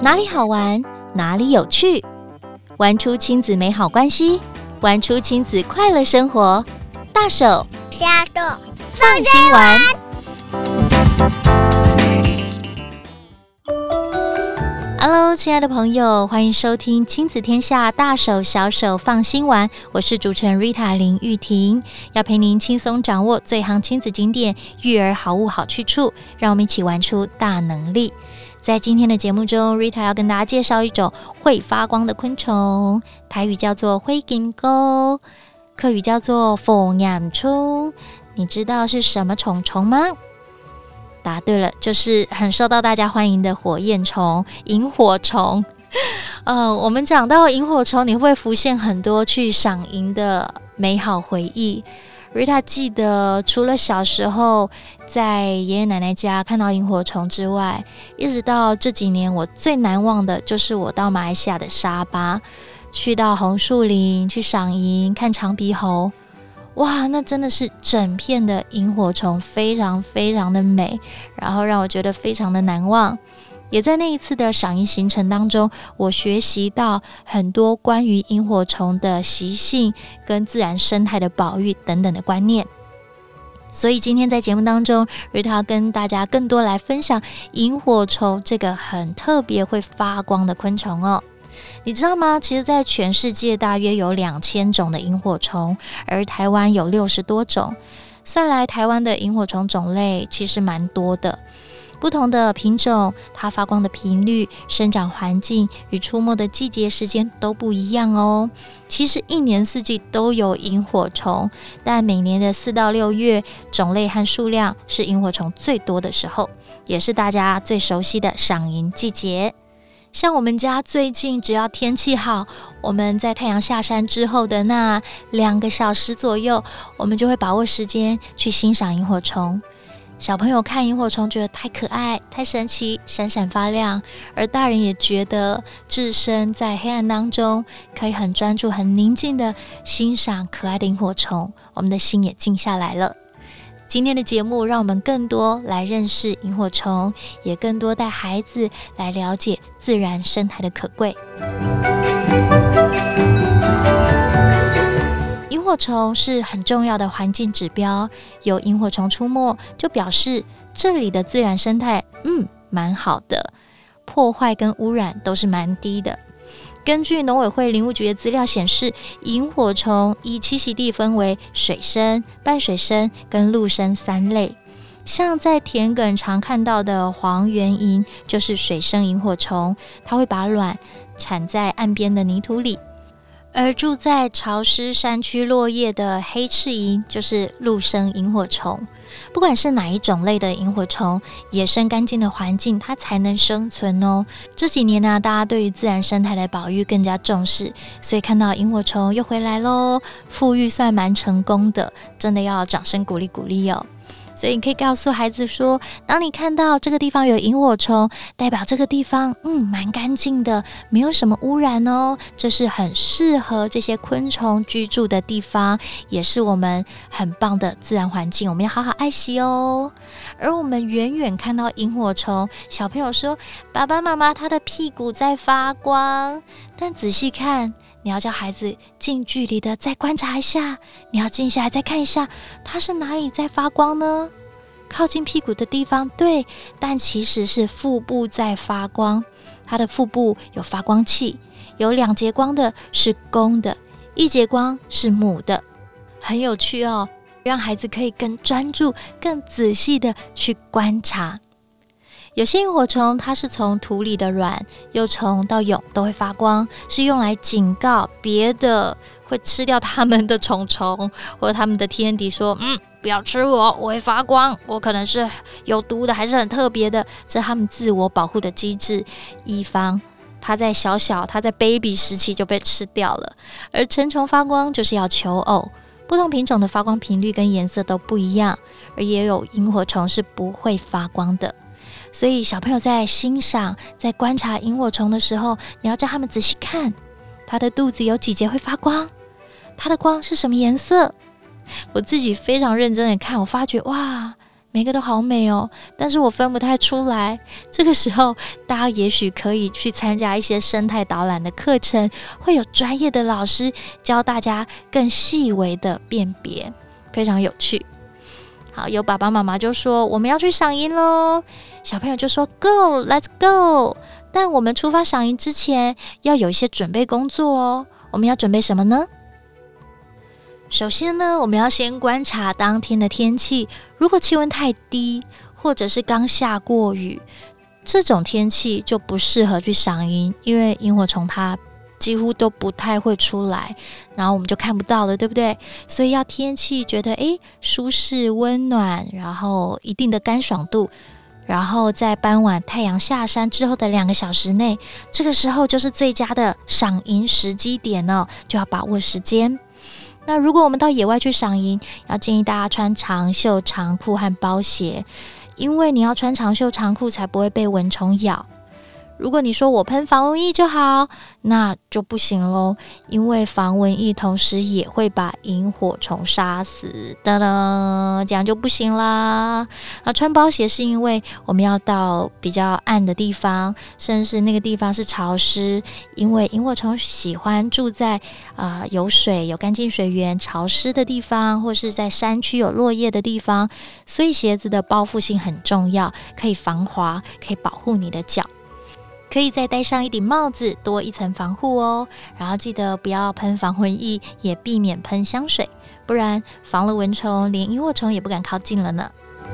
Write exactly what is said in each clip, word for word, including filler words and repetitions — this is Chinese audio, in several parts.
哪里好玩，哪里有趣，玩出亲子美好关系，玩出亲子快乐生活。大手小手放心玩。Hello， 亲爱的朋友，欢迎收听亲子天下大手小手放心玩，我是主持人 Rita 林玉婷，要陪您轻松掌握最夯亲子经典，育儿好物好去处，让我们一起玩出大能力。在今天的节目中 Rita 要跟大家介绍一种会发光的昆虫，台语叫做灰金钩，客语叫做凤眼虫。你知道是什么虫虫吗？答对了，就是很受到大家欢迎的火焰虫萤火虫。呃，我们讲到萤火虫，你会不会浮现很多去赏萤的美好回忆？Rita 记得除了小时候在爷爷奶奶家看到萤火虫之外，一直到这几年我最难忘的就是我到马来西亚的沙巴，去到红树林去赏萤看长鼻猴。哇，那真的是整片的萤火虫，非常非常的美，然后让我觉得非常的难忘。也在那一次的赏萤行程当中，我学习到很多关于萤火虫的习性跟自然生态的保育等等的观念。所以今天在节目当中 Rita 要跟大家更多来分享萤火虫这个很特别会发光的昆虫哦。你知道吗？其实在全世界大约有两千种的萤火虫，而台湾有六十多种。算来台湾的萤火虫种类其实蛮多的，不同的品种，它发光的频率、生长环境与出没的季节时间都不一样哦。其实一年四季都有萤火虫，但每年的四到六月，种类和数量是萤火虫最多的时候，也是大家最熟悉的赏萤季节。像我们家最近只要天气好，我们在太阳下山之后的那两个小时左右，我们就会把握时间去欣赏萤火虫。小朋友看萤火虫觉得太可爱、太神奇，闪闪发亮，而大人也觉得置身在黑暗当中，可以很专注、很宁静的欣赏可爱的萤火虫，我们的心也静下来了。今天的节目让我们更多来认识萤火虫，也更多带孩子来了解自然生态的可贵。萤火虫是很重要的环境指标，有萤火虫出没就表示这里的自然生态嗯蛮好的，破坏跟污染都是蛮低的。根据农委会林务局的资料显示，萤火虫依栖息地分为水生、半水生跟陆生三类。像在田埂常看到的黄缘萤就是水生萤火虫，它会把卵产在岸边的泥土里。而住在潮湿山区落叶的黑翅萤就是陆生萤火虫。不管是哪一种类的萤火虫，野生干净的环境它才能生存哦。这几年呢、啊，大家对于自然生态的保育更加重视，所以看到萤火虫又回来咯，富裕算蛮成功的，真的要掌声鼓励鼓励哦。所以你可以告诉孩子说，当你看到这个地方有萤火虫，代表这个地方嗯蛮干净的，没有什么污染哦，这是很适合这些昆虫居住的地方，也是我们很棒的自然环境，我们要好好爱惜哦。而我们远远看到萤火虫，小朋友说爸爸妈妈他的屁股在发光，但仔细看，你要叫孩子近距离的再观察一下，你要静下来再看一下，它是哪里在发光呢？靠近屁股的地方，对，但其实是腹部在发光。它的腹部有发光器，有两节光的是公的，一节光是母的，很有趣哦，让孩子可以更专注、更仔细的去观察。有些萤火虫它是从土里的卵、幼虫到蛹都会发光，是用来警告别的会吃掉它们的虫虫或者它们的天敌说，嗯，不要吃我，我会发光，我可能是有毒的，还是很特别的，这是它们自我保护的机制，以防它在小小它在 baby 时期就被吃掉了。而成虫发光就是要求偶，不同品种的发光频率跟颜色都不一样，而也有萤火虫是不会发光的。所以小朋友在欣赏、在观察萤火虫的时候，你要叫他们仔细看，它的肚子有几节会发光，它的光是什么颜色。我自己非常认真的看，我发觉哇， 每个都好美哦，但是我分不太出来。这个时候，大家也许可以去参加一些生态导览的课程，会有专业的老师教大家更细微的辨别，非常有趣。好，有爸爸妈妈就说我们要去赏萤咯，小朋友就说 Go let's go， 但我们出发赏萤之前要有一些准备工作哦。我们要准备什么呢？首先呢，我们要先观察当天的天气，如果气温太低，或者是刚下过雨，这种天气就不适合去赏萤，因为萤火虫它几乎都不太会出来，然后我们就看不到了，对不对？所以要天气觉得诶舒适温暖，然后一定的干爽度，然后在傍晚太阳下山之后的两个小时内，这个时候就是最佳的赏萤时机点哦，就要把握时间。那如果我们到野外去赏萤，要建议大家穿长袖长裤和包鞋，因为你要穿长袖长裤才不会被蚊虫咬。如果你说我喷防蚊液就好，那就不行咯，因为防蚊液同时也会把萤火虫杀死的了，这样就不行啦。啊，穿包鞋是因为我们要到比较暗的地方，甚至是那个地方是潮湿，因为萤火虫喜欢住在、呃、有水有干净水源潮湿的地方，或是在山区有落叶的地方，所以鞋子的包覆性很重要，可以防滑，可以保护你的脚。可以再戴上一顶帽子，多一层防护哦。然后记得不要喷防蚊液，也避免喷香水，不然防了蚊虫，连萤火虫也不敢靠近了呢。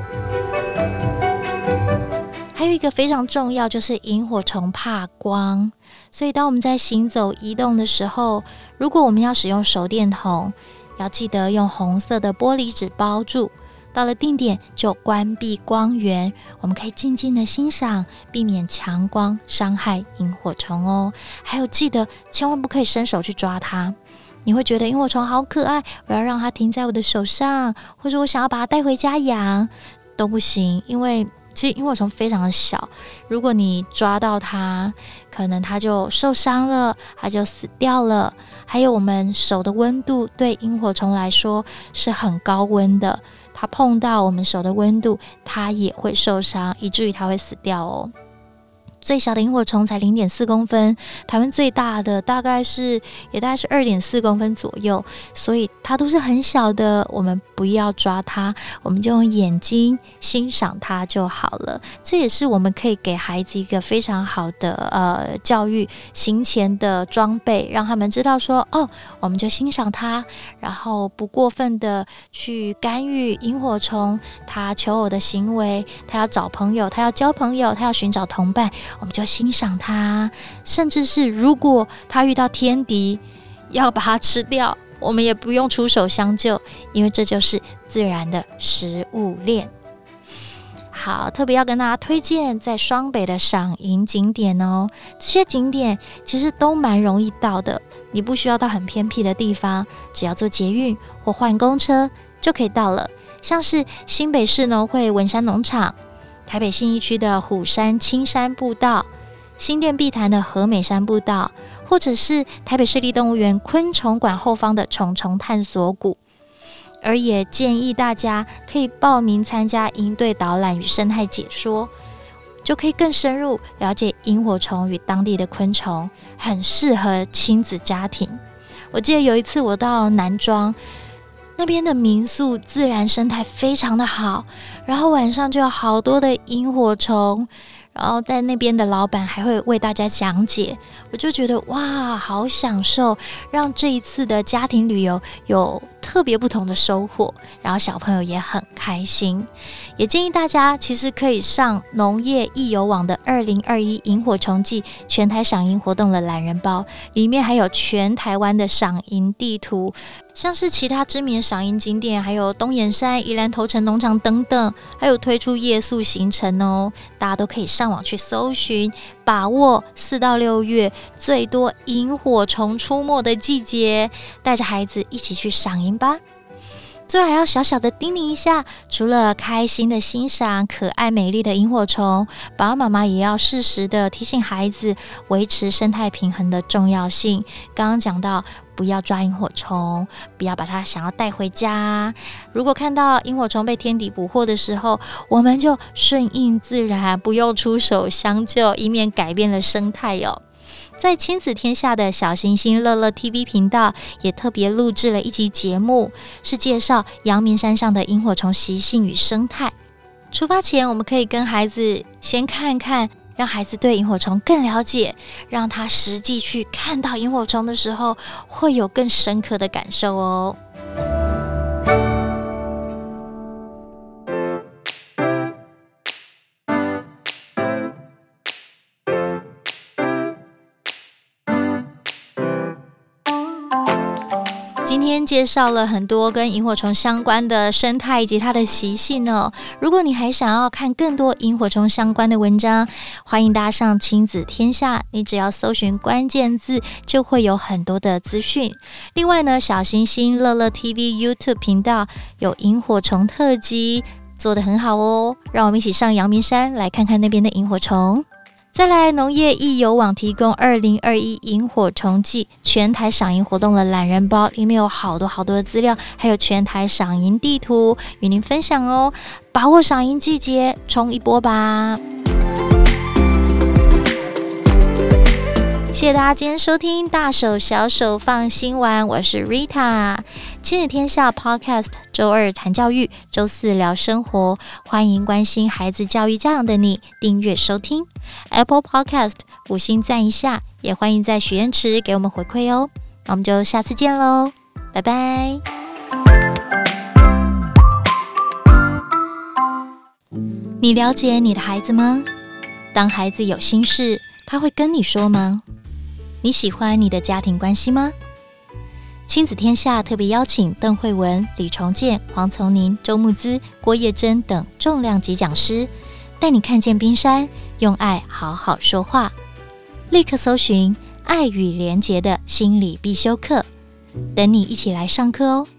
还有一个非常重要，就是萤火虫怕光，所以当我们在行走移动的时候，如果我们要使用手电筒，要记得用红色的玻璃纸包住。到了定点就关闭光源，我们可以静静的欣赏，避免强光伤害萤火虫哦。还有记得千万不可以伸手去抓它，你会觉得萤火虫好可爱，我要让它停在我的手上，或者我想要把它带回家养，都不行，因为其实萤火虫非常的小，如果你抓到它，可能它就受伤了，它就死掉了。还有我们手的温度对萤火虫来说是很高温的，它碰到我们手的温度，它也会受伤，以至于它会死掉哦。最小的萤火虫才 零点四公分，台湾最大的大概是也大概是 二点四公分左右，所以它都是很小的，我们不要抓它，我们就用眼睛欣赏它就好了。这也是我们可以给孩子一个非常好的呃教育行前的装备，让他们知道说哦，我们就欣赏它，然后不过分的去干预萤火虫它求偶的行为，它要找朋友，它要交朋友，它要寻找同伴，我们就欣赏它，甚至是如果它遇到天敌要把它吃掉，我们也不用出手相救，因为这就是自然的食物链。好，特别要跟大家推荐在双北的赏萤景点哦，这些景点其实都蛮容易到的，你不需要到很偏僻的地方，只要坐捷运或换公车就可以到了。像是新北市农会文山农场，台北信义区的虎山青山步道，新店碧潭的和美山步道，或者是台北市立动物园昆虫馆后方的虫虫探索谷。而也建议大家可以报名参加萤队导览与生态解说，就可以更深入了解萤火虫与当地的昆虫，很适合亲子家庭。我记得有一次我到南庄那边的民宿，自然生态非常的好，然后晚上就有好多的萤火虫，然后在那边的老板还会为大家讲解，我就觉得哇，好享受，让这一次的家庭旅游有特别不同的收获，然后小朋友也很开心。也建议大家其实可以上农业易游网的二零二一萤火虫季全台赏萤活动的懒人包，里面还有全台湾的赏萤地图，像是其他知名赏萤景点，还有东眼山、宜兰头城农场等等，还有推出夜宿行程哦，大家都可以上网去搜寻，把握四到六月最多萤火虫出没的季节，带着孩子一起去赏萤吧。最后还要小小的叮咛一下，除了开心的欣赏可爱美丽的萤火虫，爸爸妈妈也要适时的提醒孩子维持生态平衡的重要性。刚刚讲到不要抓萤火虫，不要把它想要带回家。如果看到萤火虫被天敌捕获的时候，我们就顺应自然，不用出手相救，以免改变了生态哦。在亲子天下的小行星乐乐 T V 频道也特别录制了一集节目，是介绍阳明山上的萤火虫习性与生态。出发前，我们可以跟孩子先看看，让孩子对萤火虫更了解，让他实际去看到萤火虫的时候，会有更深刻的感受哦。今天介绍了很多跟萤火虫相关的生态以及它的习性哦。如果你还想要看更多萤火虫相关的文章，欢迎搭上亲子天下，你只要搜寻关键字就会有很多的资讯。另外呢，小行星乐乐 T V YouTube 频道有萤火虫特辑，做得很好哦。让我们一起上阳明山来看看那边的萤火虫。再来，农业易游网提供二零二一萤火虫季全台赏萤活动的懒人包，里面有好多好多的资料，还有全台赏萤地图与您分享哦。把握赏萤季节，冲一波吧！谢谢大家今天收听大手小手放心玩，我是 Rita。 亲子天下 Podcast 周二谈教育，周四聊生活，欢迎关心孩子教育家长的你订阅收听 Apple Podcast 五星赞一下，也欢迎在许愿池给我们回馈哦。那我们就下次见咯，拜拜。你了解你的孩子吗？当孩子有心事，他会跟你说吗？你喜欢你的家庭关系吗？亲子天下特别邀请邓慧文、李重建、黄从宁、周慕姿、郭叶珍等重量级讲师，带你看见冰山，用爱好好说话。立刻搜寻爱与连结的心理必修课，等你一起来上课哦。